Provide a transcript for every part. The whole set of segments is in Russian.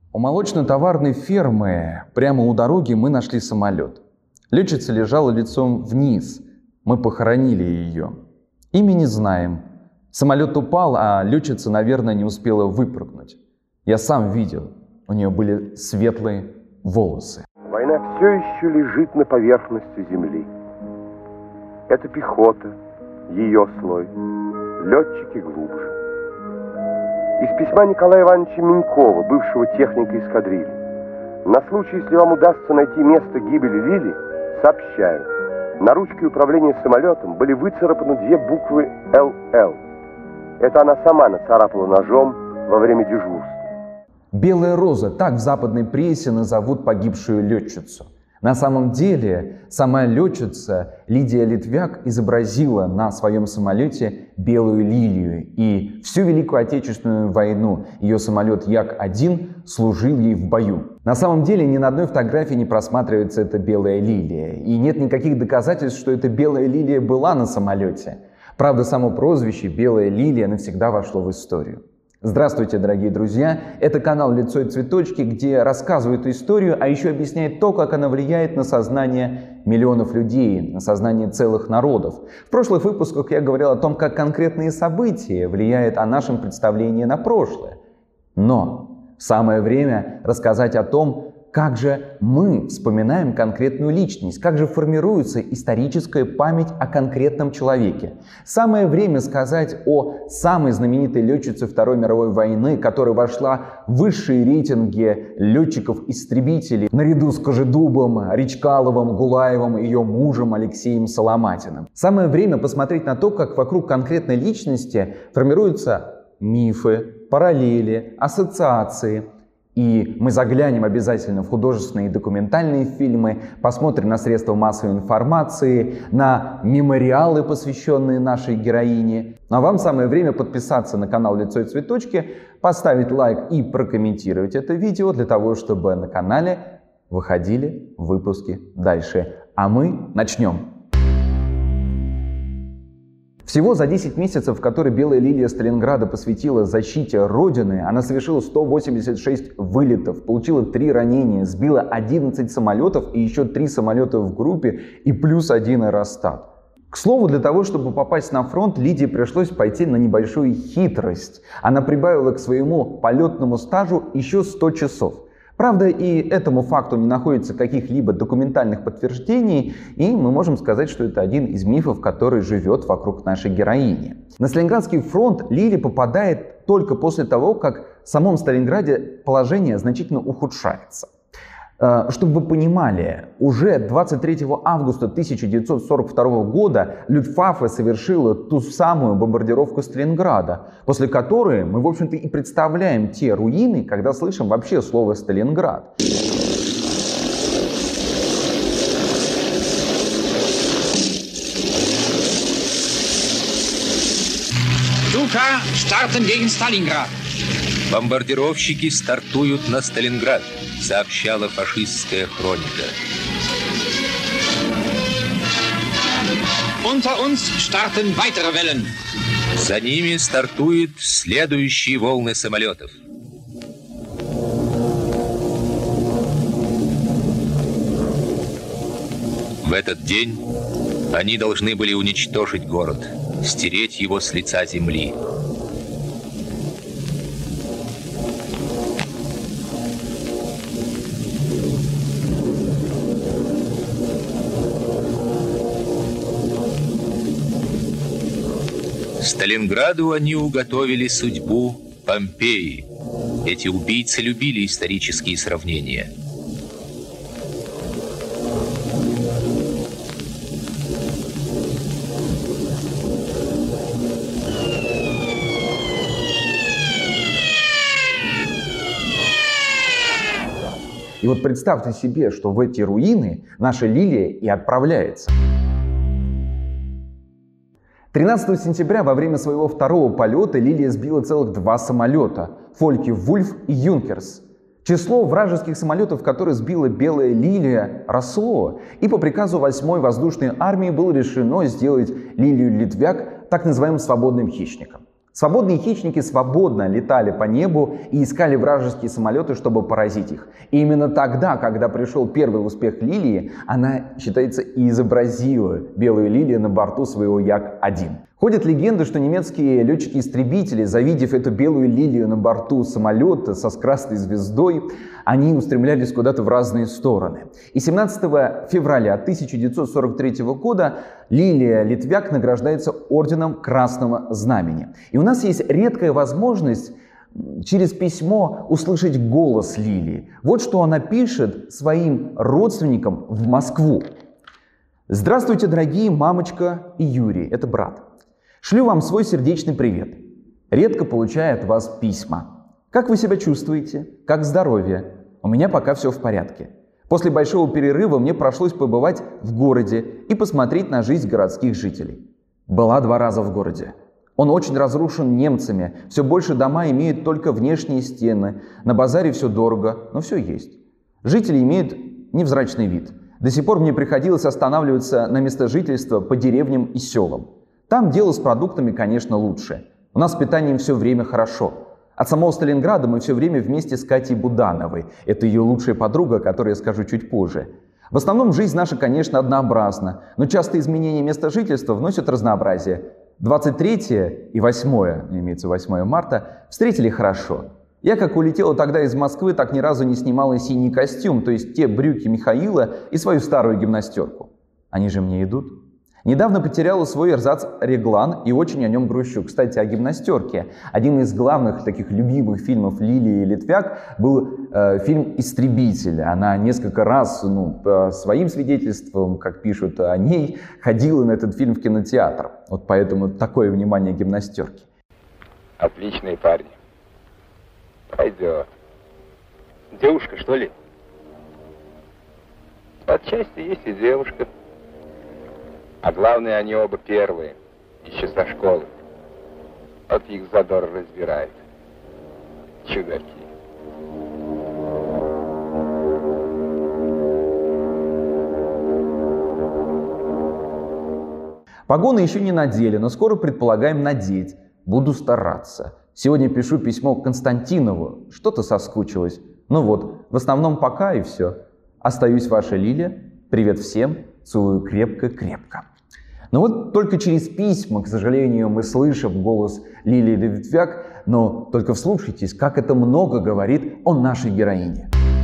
У молочно-товарной фермы прямо у дороги мы нашли самолет. Летчица лежала лицом вниз. Мы похоронили ее. Имя не знаем. Самолет упал, а летчица, наверное, не успела выпрыгнуть. Я сам видел. У нее были светлые волосы. Война все еще лежит на поверхности земли. Это пехота, ее слой. Летчики глубже. Из письма Николая Ивановича Менькова, бывшего техника эскадрильи. На случай, если вам удастся найти место гибели Лили, сообщаю. На ручке управления самолетом были выцарапаны 2 буквы «ЛЛ». Это она сама нацарапала ножом во время дежурства. «Белая роза» — так в западной прессе назовут погибшую летчицу. На самом деле, сама летчица Лидия Литвяк изобразила на своем самолете белую лилию. И всю Великую Отечественную войну ее самолет Як-1 служил ей в бою. На самом деле, ни на одной фотографии не просматривается эта белая лилия. И нет никаких доказательств, что эта белая лилия была на самолете. Правда, само прозвище «Белая лилия» навсегда вошло в историю. Здравствуйте, дорогие друзья! Это канал «Лицо и цветочки», где рассказывают историю, а еще объясняет то, как она влияет на сознание миллионов людей, на сознание целых народов. В прошлых выпусках я говорил о том, как конкретные события влияют на наше представление на прошлое. Но самое время рассказать о том, как же мы вспоминаем конкретную личность, как же формируется историческая память о конкретном человеке. Самое время сказать о самой знаменитой летчице Второй мировой войны, которая вошла в высшие рейтинги летчиков-истребителей наряду с Кожедубом, Речкаловым, Гулаевым и ее мужем Алексеем Соломатиным. Самое время посмотреть на то, как вокруг конкретной личности формируются мифы, параллели, ассоциации. И мы заглянем обязательно в художественные и документальные фильмы, посмотрим на средства массовой информации, на мемориалы, посвященные нашей героине. А вам самое время подписаться на канал «Лицо и цветочки», поставить лайк и прокомментировать это видео для того, чтобы на канале выходили выпуски дальше. А мы начнем. Всего за 10 месяцев, которые Белая лилия Сталинграда посвятила защите Родины, она совершила 186 вылетов, получила 3 ранения, сбила 11 самолетов и еще 3 самолета в группе и плюс 1 аэростат. К слову, для того, чтобы попасть на фронт, Лидии пришлось пойти на небольшую хитрость. Она прибавила к своему полетному стажу еще 100 часов. Правда, и этому факту не находится каких-либо документальных подтверждений, и мы можем сказать, что это один из мифов, который живет вокруг нашей героини. На Сталинградский фронт Лили попадает только после того, как в самом Сталинграде положение значительно ухудшается. Чтобы вы понимали, уже 23 августа 1942 года Люфтваффе совершила ту самую бомбардировку Сталинграда, после которой мы, в общем-то, и представляем те руины, когда слышим вообще слово «Сталинград». Тука, стартен gegen Сталинград. Бомбардировщики стартуют на Сталинград, сообщала фашистская хроника. Unter uns starten weitere Wellen. За ними стартуют следующие волны самолетов. В этот день они должны были уничтожить город, стереть его с лица земли. Сталинграду они уготовили судьбу Помпеи. Эти убийцы любили исторические сравнения. И вот представьте себе, что в эти руины наша Лилия и отправляется. 13 сентября во время своего второго полета Лилия сбила целых 2 самолета – Фольке-Вульф и Юнкерс. Число вражеских самолетов, которые сбила Белая лилия, росло, и по приказу 8-й воздушной армии было решено сделать Лилию Литвяк так называемым свободным хищником. Свободные хищники свободно летали по небу и искали вражеские самолеты, чтобы поразить их. И именно тогда, когда пришел первый успех Лилии, она, считается, и изобразила белую лилию на борту своего Як-1. Ходят легенды, что немецкие летчики-истребители, завидев эту белую лилию на борту самолета со красной звездой, они устремлялись куда-то в разные стороны. И 17 февраля 1943 года Лилия Литвяк награждается орденом Красного Знамени. И у нас есть редкая возможность через письмо услышать голос Лилии. Вот что она пишет своим родственникам в Москву. «Здравствуйте, дорогие мамочка и Юрий». Это брат. «Шлю вам свой сердечный привет. Редко получаю от вас письма. Как вы себя чувствуете? Как здоровье? У меня пока все в порядке. После большого перерыва мне пришлось побывать в городе и посмотреть на жизнь городских жителей. Была 2 раза в городе. Он очень разрушен немцами, все больше дома имеют только внешние стены, на базаре все дорого, но все есть. Жители имеют невзрачный вид. До сих пор мне приходилось останавливаться на место жительства по деревням и селам. Там дело с продуктами, конечно, лучше. У нас с питанием все время хорошо. От самого Сталинграда мы все время вместе с Катей Будановой. Это ее лучшая подруга, о которой я скажу чуть позже. В основном жизнь наша, конечно, однообразна, но частые изменения места жительства вносят разнообразие. 23 и 8, имеется 8 марта, встретили хорошо. Я, как улетела тогда из Москвы, так ни разу не снимала синий костюм, то есть те брюки Михаила и свою старую гимнастерку. Они же мне идут. Недавно потеряла свой эрзац-реглан и очень о нем грущу. Кстати, о гимнастерке. Один из главных таких любимых фильмов Лилии Литвяк был фильм «Истребитель». Она несколько раз, по своим свидетельствам, как пишут о ней, ходила на этот фильм в кинотеатр. Вот поэтому такое внимание гимнастерке. Отличные парни. Пойдет. Девушка, что ли? Отчасти есть и девушка. А главное, они оба первые, еще со школы. Вот их задор разбирает. Чудаки. Погоны еще не надели, но скоро предполагаем надеть. Буду стараться. Сегодня пишу письмо Константинову. Что-то соскучилась. Ну вот, в основном пока и все. Остаюсь ваша Лилия. Привет всем. Целую крепко-крепко. Но вот только через письма, к сожалению, мы слышим голос Лилии Литвяк, но только вслушайтесь, как это много говорит о нашей героине.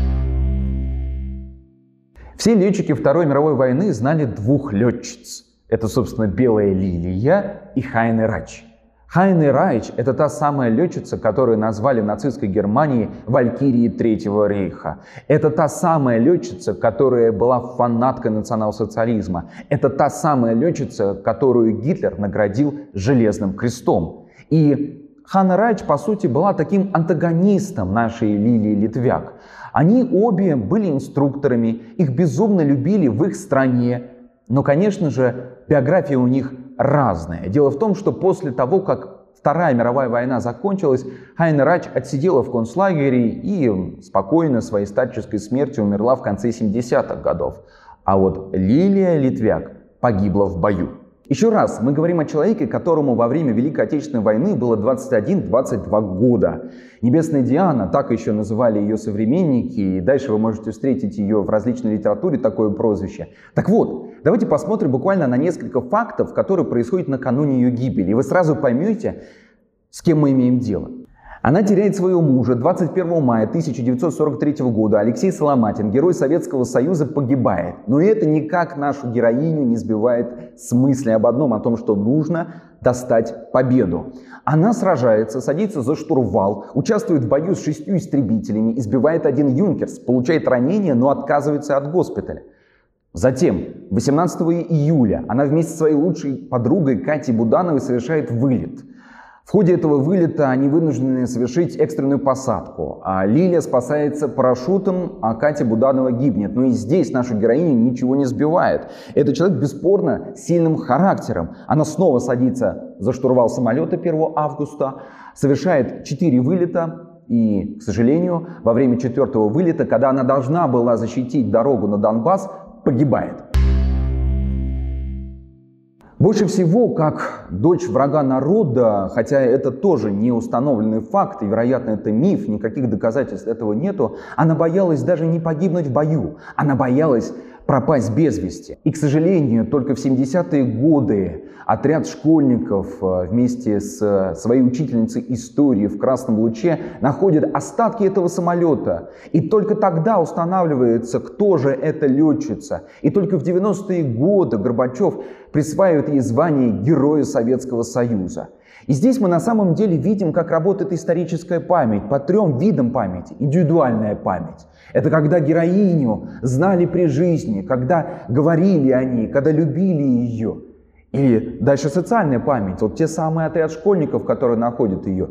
Все летчики Второй мировой войны знали 2 летчиц. Это, собственно, Белая Лилия и Хайне Рач. Хайне Рач – это та самая летчица, которую назвали в нацистской Германии «Валькирией Третьего рейха». Это та самая летчица, которая была фанаткой национал-социализма. Это та самая летчица, которую Гитлер наградил Железным крестом. И Хайне Рач, по сути, была таким антагонистом нашей Лилии Литвяк. Они обе были инструкторами, их безумно любили в их стране. Но, конечно же, биография у них разная. Дело в том, что после того, как Вторая мировая война закончилась, Хайне Рач отсидела в концлагере и спокойно своей старческой смертью умерла в конце 70-х годов. А вот Лилия Литвяк погибла в бою. Еще раз, мы говорим о человеке, которому во время Великой Отечественной войны было 21-22 года. Небесная Диана, так еще называли ее современники, и дальше вы можете встретить ее в различной литературе, такое прозвище. Так вот, давайте посмотрим буквально на несколько фактов, которые происходят накануне ее гибели, и вы сразу поймете, с кем мы имеем дело. Она теряет своего мужа 21 мая 1943 года. Алексей Соломатин, герой Советского Союза, погибает. Но это никак нашу героиню не сбивает с мысли об одном, о том, что нужно достать победу. Она сражается, садится за штурвал, участвует в бою с 6 истребителями, избивает 1 юнкерс, получает ранение, но отказывается от госпиталя. Затем, 18 июля, она вместе со своей лучшей подругой Катей Будановой совершает вылет. В ходе этого вылета они вынуждены совершить экстренную посадку. А Лилия спасается парашютом, а Катя Буданова гибнет. Но и здесь нашу героиню ничего не сбивает. Это человек бесспорно с сильным характером. Она снова садится за штурвал самолета 1 августа, совершает 4 вылета. И, к сожалению, во время 4-го вылета, когда она должна была защитить дорогу на Донбасс, погибает. Больше всего, как дочь врага народа, хотя это тоже не установленный факт, и, вероятно, это миф, никаких доказательств этого нету, она боялась даже не погибнуть в бою, она боялась пропасть без вести. И, к сожалению, только в 70-е годы отряд школьников вместе с своей учительницей истории в Красном Луче находит остатки этого самолета. И только тогда устанавливается, кто же эта летчица. И только в 90-е годы Горбачев присваивает ей звание Героя Советского Союза. И здесь мы на самом деле видим, как работает историческая память по 3 видам памяти. Индивидуальная память. Это когда героиню знали при жизни, когда говорили о ней, когда любили ее. Или дальше социальная память, вот те самые отряд школьников, которые находят ее.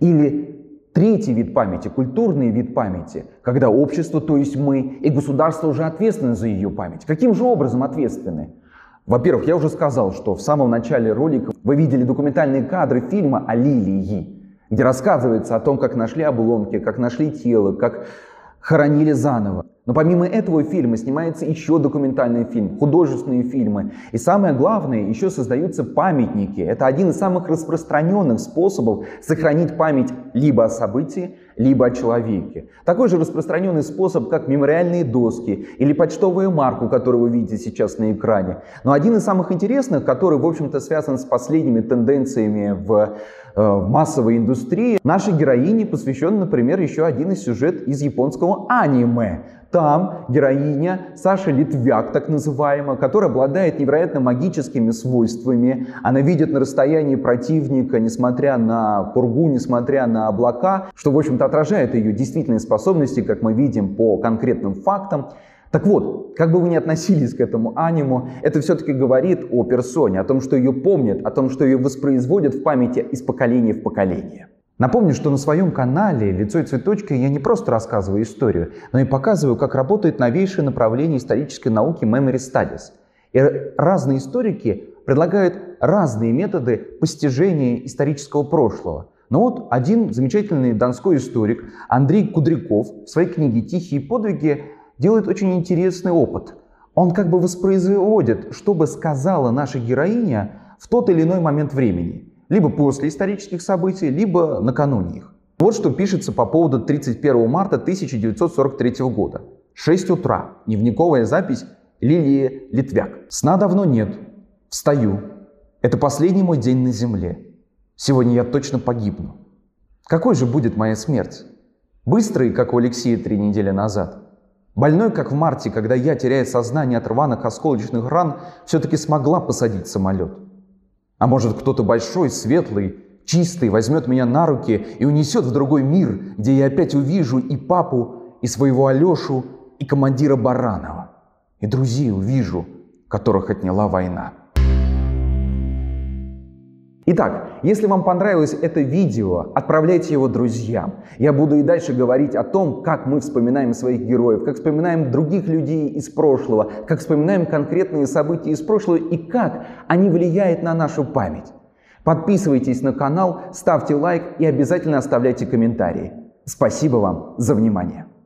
Или 3-й вид памяти, культурный вид памяти, когда общество, то есть мы, и государство уже ответственны за ее память. Каким же образом ответственны? Во-первых, я уже сказал, что в самом начале ролика вы видели документальные кадры фильма о Лилии, где рассказывается о том, как нашли обломки, как нашли тело, как хоронили заново. Но помимо этого фильма снимается еще документальный фильм, художественные фильмы. И самое главное, еще создаются памятники. Это один из самых распространенных способов сохранить память либо о событии, либо о человеке. Такой же распространенный способ, как мемориальные доски или почтовую марку, которую вы видите сейчас на экране. Но один из самых интересных, который, в общем-то, связан с последними тенденциями в массовой индустрии, нашей героине посвящен, например, еще один из сюжетов из японского аниме. Там героиня Саша Литвяк, так называемая, которая обладает невероятно магическими свойствами. Она видит на расстоянии противника, несмотря на пургу, несмотря на облака, что, в общем-то, отражает ее действительные способности, как мы видим по конкретным фактам. Так вот, как бы вы ни относились к этому аниму, это все-таки говорит о персоне, о том, что ее помнят, о том, что ее воспроизводят в памяти из поколения в поколение. Напомню, что на своем канале «Лицо и цветочки» я не просто рассказываю историю, но и показываю, как работает новейшее направление исторической науки Memory Studies. И разные историки предлагают разные методы постижения исторического прошлого. Но вот один замечательный донской историк Андрей Кудряков в своей книге «Тихие подвиги» делает очень интересный опыт. Он как бы воспроизводит, что бы сказала наша героиня в тот или иной момент времени. Либо после исторических событий, либо накануне их. Вот что пишется по поводу 31 марта 1943 года. 6 утра. Дневниковая запись Лилии Литвяк. Сна давно нет. Встаю. Это последний мой день на земле. Сегодня я точно погибну. Какой же будет моя смерть? Быстрой, как у Алексея 3 недели назад? Больной, как в марте, когда я, теряя сознание от рваных осколочных ран, все-таки смогла посадить самолет? А может, кто-то большой, светлый, чистый возьмет меня на руки и унесет в другой мир, где я опять увижу и папу, и своего Алешу, и командира Баранова, и друзей увижу, которых отняла война. Итак, если вам понравилось это видео, отправляйте его друзьям. Я буду и дальше говорить о том, как мы вспоминаем своих героев, как вспоминаем других людей из прошлого, как вспоминаем конкретные события из прошлого и как они влияют на нашу память. Подписывайтесь на канал, ставьте лайк и обязательно оставляйте комментарии. Спасибо вам за внимание.